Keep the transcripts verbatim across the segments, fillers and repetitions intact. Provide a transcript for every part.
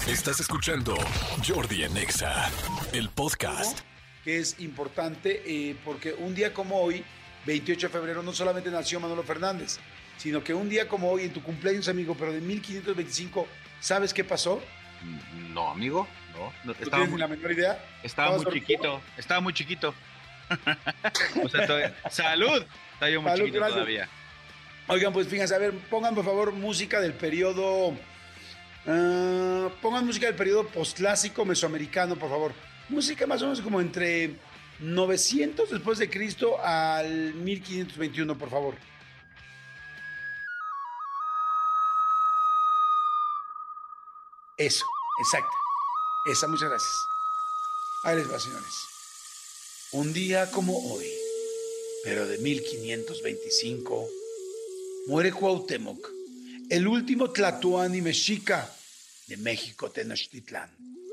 Estás escuchando Jordi en Exa, el podcast. Que es importante eh, porque un día como hoy, veintiocho de febrero, no solamente nació Manolo Fernández, sino que un día como hoy, en tu cumpleaños, amigo, pero de mil quinientos veinticinco, ¿sabes qué pasó? No, amigo, no. no ¿No estaba tienes muy, ni la menor idea? estaba muy chiquito, estaba muy chiquito. O sea, todavía, ¡salud! Está yo muy Salud, chiquito gracias. todavía. Oigan, pues fíjense, a ver, pongan por favor música del periodo... Uh, pongan música del periodo postclásico mesoamericano, por favor. Música más o menos como entre novecientos después de Cristo al mil quinientos veintiuno, por favor. Eso, exacto. Esa, muchas gracias. Ahí les va, señores. Un día como hoy, pero de mil quinientos veinticinco, muere Cuauhtémoc, el último tlatoani mexica de México, Tenochtitlán.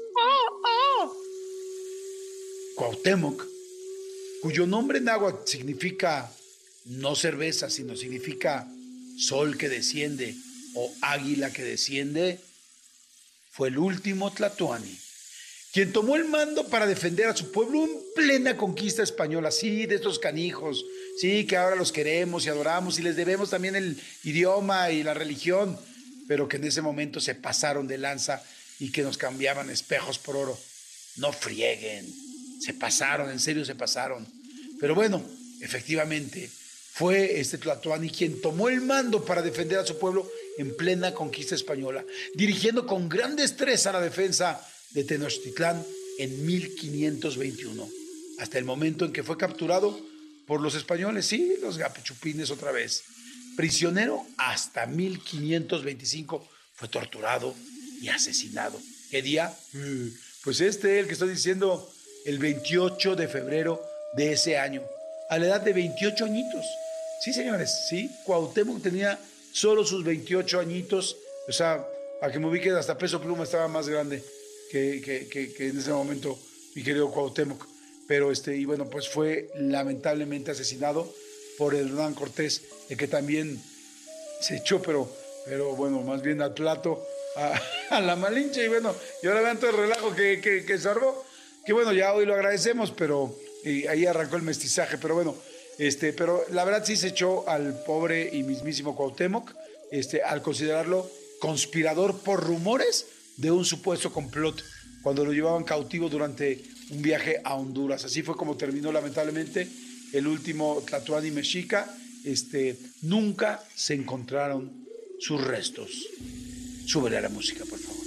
Cuauhtémoc, cuyo nombre en náhuatl significa no cerveza, sino significa sol que desciende o águila que desciende, fue el último tlatoani, quien tomó el mando para defender a su pueblo en plena conquista española. Sí, de estos canijos, sí, que ahora los queremos y adoramos y les debemos también el idioma y la religión, pero que en ese momento se pasaron de lanza y que nos cambiaban espejos por oro. No frieguen, se pasaron, en serio se pasaron. Pero bueno, efectivamente, fue este tlatoani quien tomó el mando para defender a su pueblo en plena conquista española, dirigiendo con gran destreza la defensa de Tenochtitlán en mil quinientos veintiuno, hasta el momento en que fue capturado por los españoles, sí, los gapechupines otra vez. Prisionero hasta mil quinientos veinticinco, fue torturado y asesinado. ¿Qué día? Pues este, el que estoy diciendo, el veintiocho de febrero de ese año, a la edad de veintiocho añitos. Sí, señores, sí, Cuauhtémoc tenía solo sus veintiocho añitos, o sea, para que me ubiquen, hasta Peso Pluma estaba más grande que, que, que, que en ese momento mi querido Cuauhtémoc. Pero este, y bueno, pues fue lamentablemente asesinado por Hernán Cortés, el que también se echó, pero, pero bueno, más bien al plato, a, a la Malinche, y bueno, y ahora vean todo el relajo que, que, que se armó, que bueno, ya hoy lo agradecemos, pero y ahí arrancó el mestizaje, pero bueno, este, pero la verdad sí se echó al pobre y mismísimo Cuauhtémoc, este, al considerarlo conspirador por rumores de un supuesto complot, cuando lo llevaban cautivo durante un viaje a Honduras. Así fue como terminó lamentablemente el último tlatoani mexica. Este, nunca se encontraron sus restos. Súbele a la música, por favor.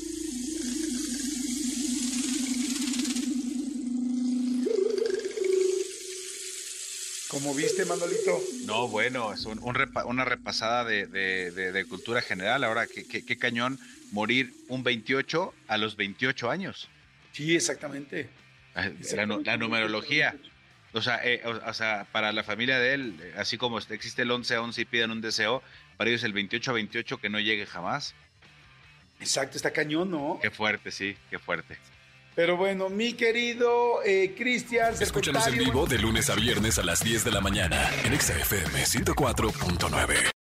¿Cómo viste, Manolito? No, bueno, es un, un repa, una repasada de, de, de, de cultura general. Ahora, qué, qué, qué cañón morir un veintiocho a los veintiocho años. Sí, exactamente. La, la numerología. O sea, eh, o, o sea, para la familia de él, así como existe el once a once y piden un deseo, para ellos el veintiocho a veintiocho que no llegue jamás. Exacto, está cañón, ¿no? Qué fuerte, sí, qué fuerte. Pero bueno, mi querido eh, Cristian... Escúchanos en vivo de lunes a viernes a las diez de la mañana en Exa F M ciento cuatro punto nueve.